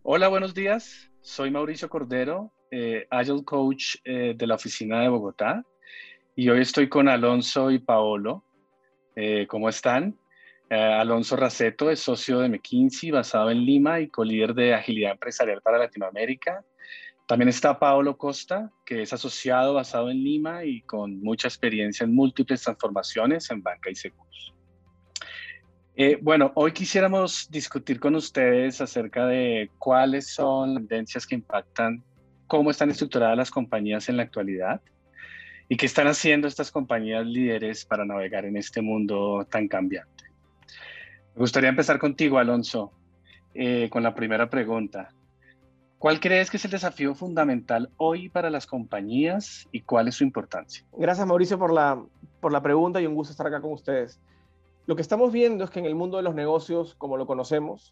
Hola, buenos días. Soy Mauricio Cordero, Agile Coach de la oficina de Bogotá y hoy estoy con Alonso y Paolo. ¿Cómo están? Alonso Raceto es socio de McKinsey basado en Lima y colíder de agilidad empresarial para Latinoamérica. También está Paolo Costa, que es asociado basado en Lima y con mucha experiencia en múltiples transformaciones en banca y seguros. Bueno, hoy quisiéramos discutir con ustedes acerca de cuáles son las tendencias que impactan cómo están estructuradas las compañías en la actualidad y qué están haciendo estas compañías líderes para navegar en este mundo tan cambiante. Me gustaría empezar contigo, Alonso, con la primera pregunta. ¿Cuál crees que es el desafío fundamental hoy para las compañías y cuál es su importancia? Gracias, Mauricio, por la pregunta y un gusto estar acá con ustedes. Lo que estamos viendo es que en el mundo de los negocios, como lo conocemos,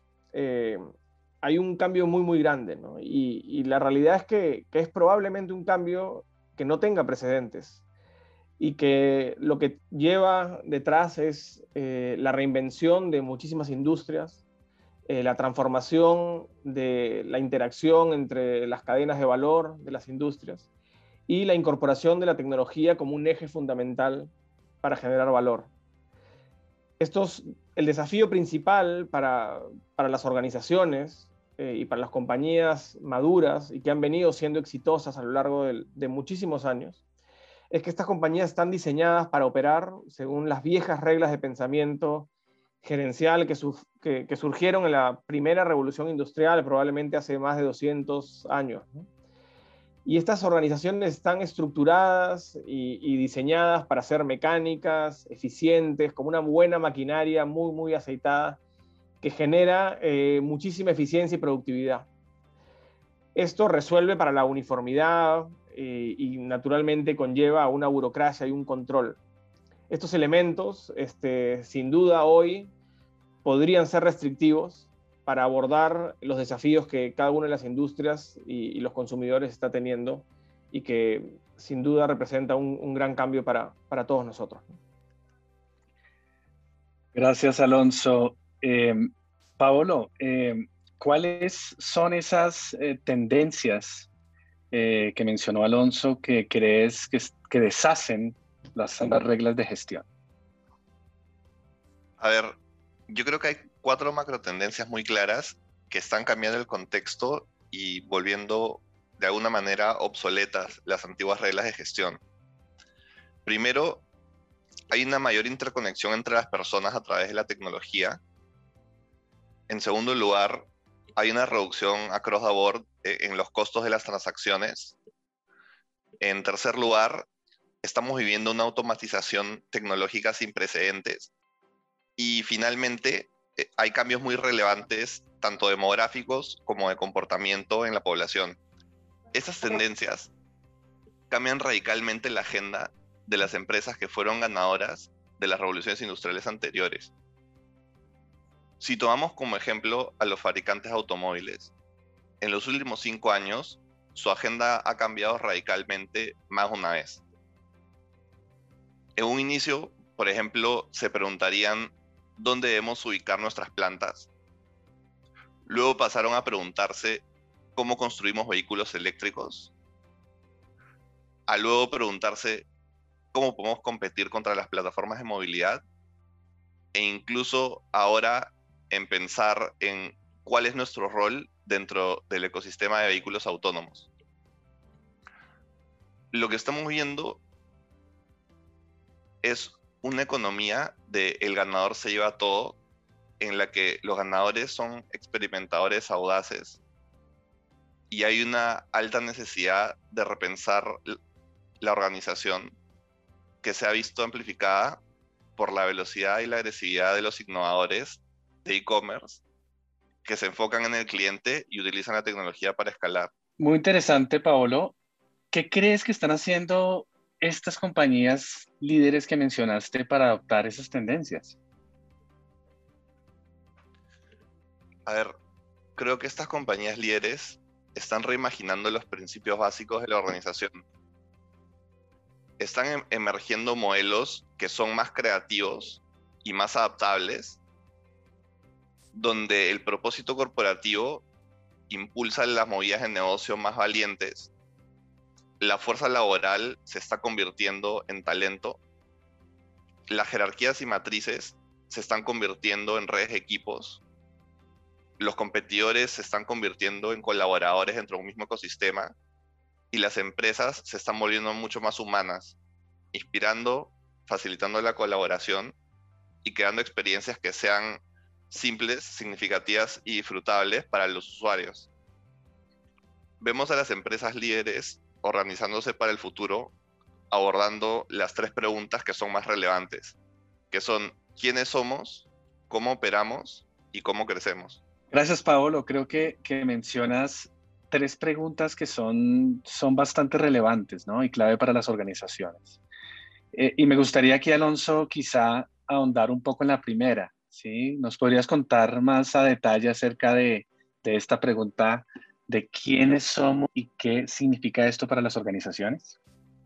hay un cambio muy, muy grande, ¿no? Y la realidad es que es probablemente un cambio que no tenga precedentes y que lo que lleva detrás es la reinvención de muchísimas industrias, la transformación de la interacción entre las cadenas de valor de las industrias y la incorporación de la tecnología como un eje fundamental para generar valor. Esto es el desafío principal para las organizaciones y para las compañías maduras y que han venido siendo exitosas a lo largo de muchísimos años, es que estas compañías están diseñadas para operar según las viejas reglas de pensamiento gerencial que surgieron en la primera revolución industrial, probablemente hace más de 200 años, ¿no? Y estas organizaciones están estructuradas y diseñadas para ser mecánicas, eficientes, como una buena maquinaria muy, muy aceitada que genera muchísima eficiencia y productividad. Esto resuelve para la uniformidad y naturalmente conlleva a una burocracia y un control. Estos elementos, sin duda hoy, podrían ser restrictivos para abordar los desafíos que cada una de las industrias y los consumidores está teniendo y que sin duda representa un gran cambio para todos nosotros. Gracias, Alonso. Paolo, ¿cuáles son esas tendencias que mencionó Alonso que crees que deshacen las reglas de gestión? A ver, yo creo que hay 4 macro tendencias muy claras que están cambiando el contexto y volviendo de alguna manera obsoletas las antiguas reglas de gestión. Primero, hay una mayor interconexión entre las personas a través de la tecnología. En segundo lugar, hay una reducción across the board en los costos de las transacciones. En tercer lugar, estamos viviendo una automatización tecnológica sin precedentes. Y finalmente, hay cambios muy relevantes, tanto demográficos como de comportamiento en la población. Estas tendencias cambian radicalmente la agenda de las empresas que fueron ganadoras de las revoluciones industriales anteriores. Si tomamos como ejemplo a los fabricantes de automóviles, en los últimos 5 años, su agenda ha cambiado radicalmente más de una vez. En un inicio, por ejemplo, se preguntarían dónde debemos ubicar nuestras plantas. Luego pasaron a preguntarse cómo construimos vehículos eléctricos. A luego preguntarse cómo podemos competir contra las plataformas de movilidad. E incluso ahora en pensar en cuál es nuestro rol dentro del ecosistema de vehículos autónomos. Lo que estamos viendo es una economía de el ganador se lleva todo, en la que los ganadores son experimentadores audaces y hay una alta necesidad de repensar la organización que se ha visto amplificada por la velocidad y la agresividad de los innovadores de e-commerce que se enfocan en el cliente y utilizan la tecnología para escalar. Muy interesante, Paolo. ¿Qué crees que están haciendo estas compañías líderes que mencionaste para adoptar esas tendencias? A ver, creo que estas compañías líderes están reimaginando los principios básicos de la organización. Están emergiendo modelos que son más creativos y más adaptables, donde el propósito corporativo impulsa las movidas de negocio más valientes, la fuerza laboral se está convirtiendo en talento, las jerarquías y matrices se están convirtiendo en redes de equipos, los competidores se están convirtiendo en colaboradores dentro de un mismo ecosistema y las empresas se están volviendo mucho más humanas, inspirando, facilitando la colaboración y creando experiencias que sean simples, significativas y disfrutables para los usuarios. Vemos a las empresas líderes organizándose para el futuro, abordando las 3 preguntas que son más relevantes, que son ¿quiénes somos?, ¿cómo operamos? Y ¿cómo crecemos? Gracias, Paolo. Creo que mencionas 3 preguntas que son bastante relevantes, ¿no? Y clave para las organizaciones. Y me gustaría aquí, Alonso, quizá ahondar un poco en la primera, ¿sí? ¿Nos podrías contar más a detalle acerca de esta pregunta de quiénes somos y qué significa esto para las organizaciones?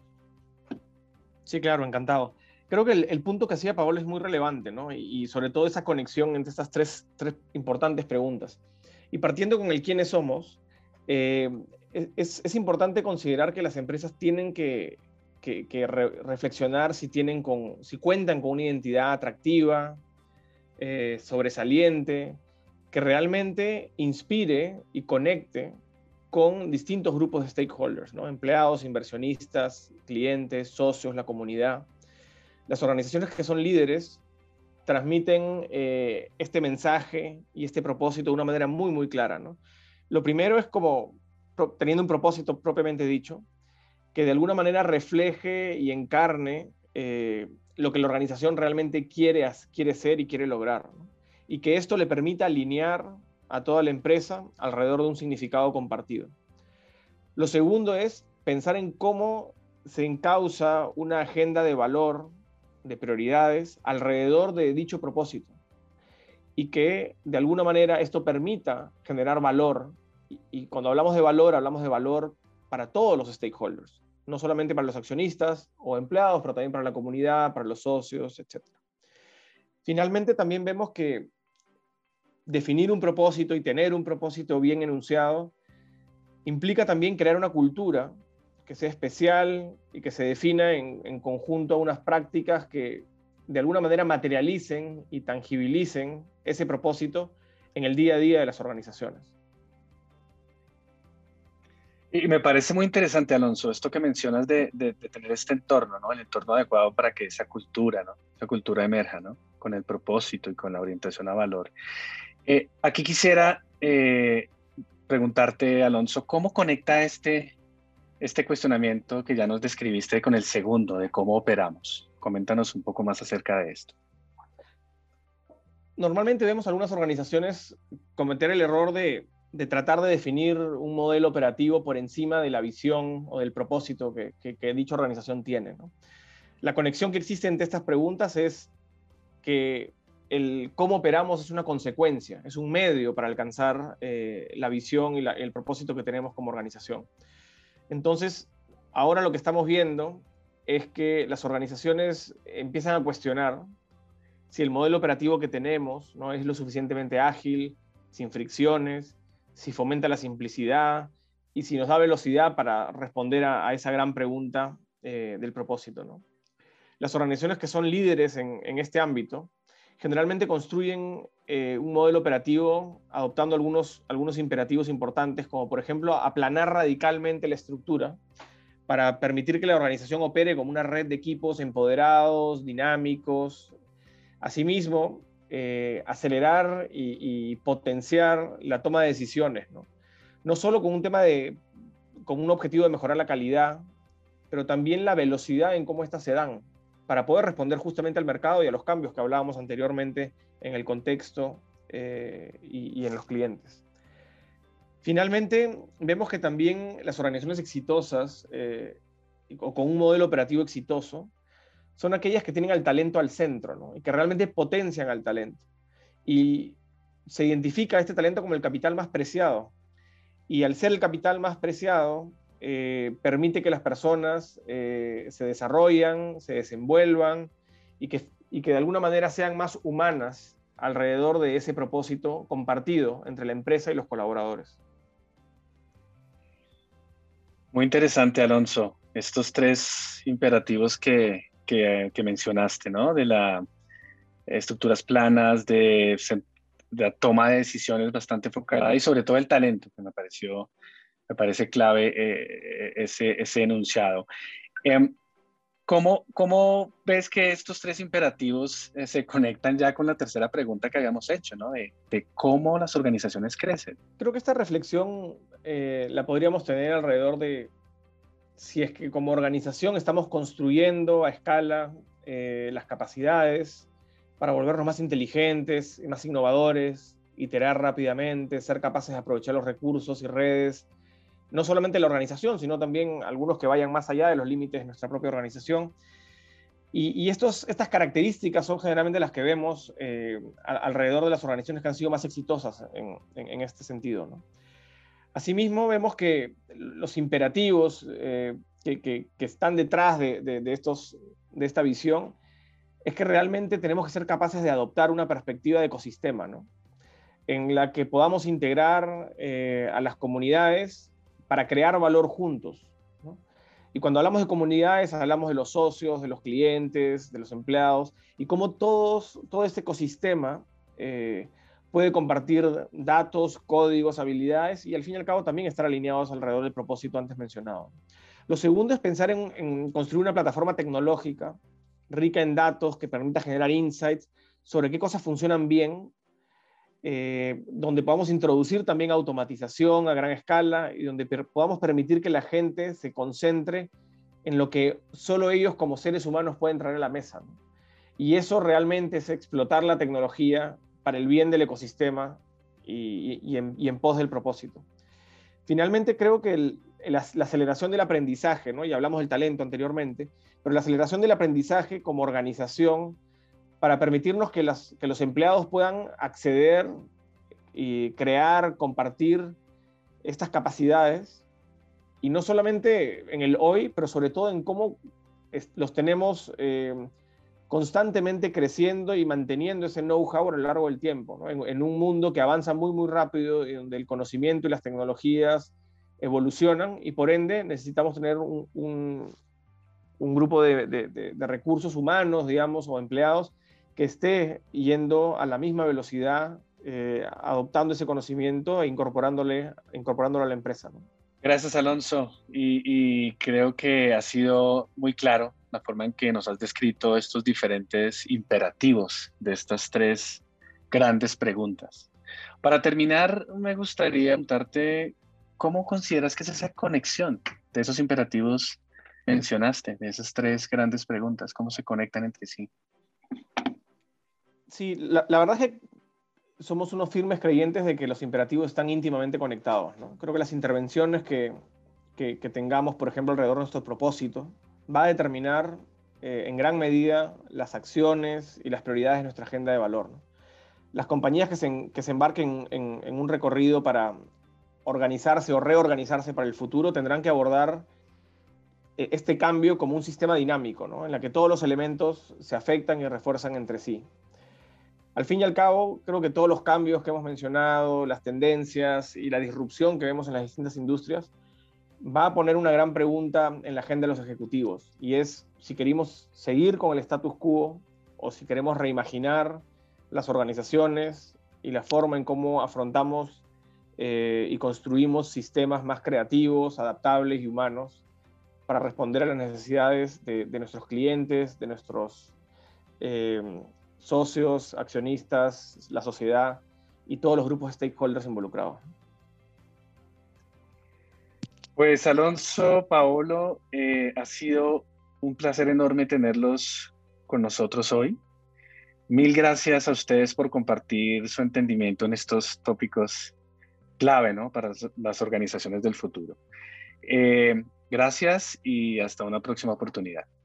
Sí, claro, encantado. Creo que el punto que hacía Paolo es muy relevante, ¿no? Y sobre todo esa conexión entre estas tres importantes preguntas. Y partiendo con el quiénes somos, es importante considerar que las empresas tienen que reflexionar si cuentan con una identidad atractiva, sobresaliente, que realmente inspire y conecte con distintos grupos de stakeholders, ¿no? Empleados, inversionistas, clientes, socios, la comunidad. Las organizaciones que son líderes transmiten este mensaje y este propósito de una manera muy, muy clara, ¿no? Lo primero es como teniendo un propósito propiamente dicho, que de alguna manera refleje y encarne lo que la organización realmente quiere ser y quiere lograr, ¿no? Y que esto le permita alinear a toda la empresa alrededor de un significado compartido. Lo segundo es pensar en cómo se encausa una agenda de valor, de prioridades, alrededor de dicho propósito. Y que de alguna manera esto permita generar valor. Y cuando hablamos de valor para todos los stakeholders, no solamente para los accionistas o empleados, pero también para la comunidad, para los socios, etc. Finalmente, también vemos que definir un propósito y tener un propósito bien enunciado implica también crear una cultura que sea especial y que se defina en conjunto a unas prácticas que de alguna manera materialicen y tangibilicen ese propósito en el día a día de las organizaciones. Y me parece muy interesante, Alonso, esto que mencionas de tener este entorno, ¿no? El entorno adecuado para que esa cultura, ¿no? Esa cultura emerja, ¿no? Con el propósito y con la orientación a valor. Aquí quisiera preguntarte, Alonso, ¿cómo conecta este cuestionamiento que ya nos describiste con el segundo, de cómo operamos? Coméntanos un poco más acerca de esto. Normalmente vemos algunas organizaciones cometer el error de tratar de definir un modelo operativo por encima de la visión o del propósito que dicha organización tiene, ¿no? La conexión que existe entre estas preguntas es que el cómo operamos es una consecuencia, es un medio para alcanzar la visión y el propósito que tenemos como organización. Entonces, ahora lo que estamos viendo es que las organizaciones empiezan a cuestionar si el modelo operativo que tenemos, ¿no?, es lo suficientemente ágil, sin fricciones, si fomenta la simplicidad y si nos da velocidad para responder a esa gran pregunta del propósito, ¿no? Las organizaciones que son líderes en este ámbito generalmente construyen un modelo operativo adoptando algunos imperativos importantes, como por ejemplo aplanar radicalmente la estructura para permitir que la organización opere como una red de equipos empoderados, dinámicos. Asimismo, acelerar y potenciar la toma de decisiones, ¿no? No solo con un objetivo de mejorar la calidad, pero también la velocidad en cómo éstas se dan, para poder responder justamente al mercado y a los cambios que hablábamos anteriormente en el contexto y en los clientes. Finalmente, vemos que también las organizaciones exitosas o con un modelo operativo exitoso son aquellas que tienen al talento al centro, ¿no? Y que realmente potencian al talento. Y se identifica a este talento como el capital más preciado. Y al ser el capital más preciado, permite que las personas se desarrollan, se desenvuelvan y que de alguna manera sean más humanas alrededor de ese propósito compartido entre la empresa y los colaboradores. Muy interesante, Alonso. Estos tres imperativos que mencionaste, ¿no? De las estructuras planas, de la toma de decisiones bastante enfocada y sobre todo el talento, que me parece clave ese enunciado. Em, ¿Cómo ves que estos tres imperativos se conectan ya con la tercera pregunta que habíamos hecho, ¿no? De cómo las organizaciones crecen. Creo que esta reflexión la podríamos tener alrededor de si es que como organización estamos construyendo a escala las capacidades para volvernos más inteligentes y más innovadores, iterar rápidamente, ser capaces de aprovechar los recursos y redes, no solamente la organización, sino también algunos que vayan más allá de los límites de nuestra propia organización. Y estas características son generalmente las que vemos alrededor de las organizaciones que han sido más exitosas en este sentido, ¿no? Asimismo, vemos que los imperativos que están detrás de esta visión es que realmente tenemos que ser capaces de adoptar una perspectiva de ecosistema, ¿no? En la que podamos integrar a las comunidades para crear valor juntos, ¿no? Y cuando hablamos de comunidades, hablamos de los socios, de los clientes, de los empleados, y cómo todo este ecosistema puede compartir datos, códigos, habilidades, y al fin y al cabo también estar alineados alrededor del propósito antes mencionado. Lo segundo es pensar en construir una plataforma tecnológica rica en datos que permita generar insights sobre qué cosas funcionan bien, donde podamos introducir también automatización a gran escala y donde podamos permitir que la gente se concentre en lo que solo ellos como seres humanos pueden traer a la mesa, ¿no? Y eso realmente es explotar la tecnología para el bien del ecosistema y en pos del propósito. Finalmente, creo que la aceleración del aprendizaje, ¿no? Y hablamos del talento anteriormente, pero la aceleración del aprendizaje como organización para permitirnos que los empleados puedan acceder y crear, compartir estas capacidades, y no solamente en el hoy, pero sobre todo en cómo los tenemos constantemente creciendo y manteniendo ese know-how a lo largo del tiempo, ¿no? En un mundo que avanza muy, muy rápido y donde el conocimiento y las tecnologías evolucionan y por ende necesitamos tener un grupo de recursos humanos, digamos, o empleados que esté yendo a la misma velocidad, adoptando ese conocimiento e incorporándolo a la empresa, ¿no? Gracias, Alonso. Y creo que ha sido muy claro la forma en que nos has descrito estos diferentes imperativos de estas tres grandes preguntas. Para terminar, me gustaría preguntarte cómo consideras que es esa conexión de esos imperativos mencionaste, de esas tres grandes preguntas, cómo se conectan entre sí. Sí, la verdad es que somos unos firmes creyentes de que los imperativos están íntimamente conectados, ¿no? Creo que las intervenciones que tengamos, por ejemplo, alrededor de nuestro propósito, va a determinar en gran medida las acciones y las prioridades de nuestra agenda de valor, ¿no? Las compañías que se embarquen en un recorrido para organizarse o reorganizarse para el futuro tendrán que abordar este cambio como un sistema dinámico, ¿no? En la que todos los elementos se afectan y refuerzan entre sí. Al fin y al cabo, creo que todos los cambios que hemos mencionado, las tendencias y la disrupción que vemos en las distintas industrias, va a poner una gran pregunta en la agenda de los ejecutivos, y es si queremos seguir con el status quo o si queremos reimaginar las organizaciones y la forma en cómo afrontamos y construimos sistemas más creativos, adaptables y humanos para responder a las necesidades de nuestros clientes, de nuestros socios, accionistas, la sociedad y todos los grupos de stakeholders involucrados. Pues Alonso, Paolo, ha sido un placer enorme tenerlos con nosotros hoy. Mil gracias a ustedes por compartir su entendimiento en estos tópicos clave, ¿no? Para las organizaciones del futuro. Gracias y hasta una próxima oportunidad.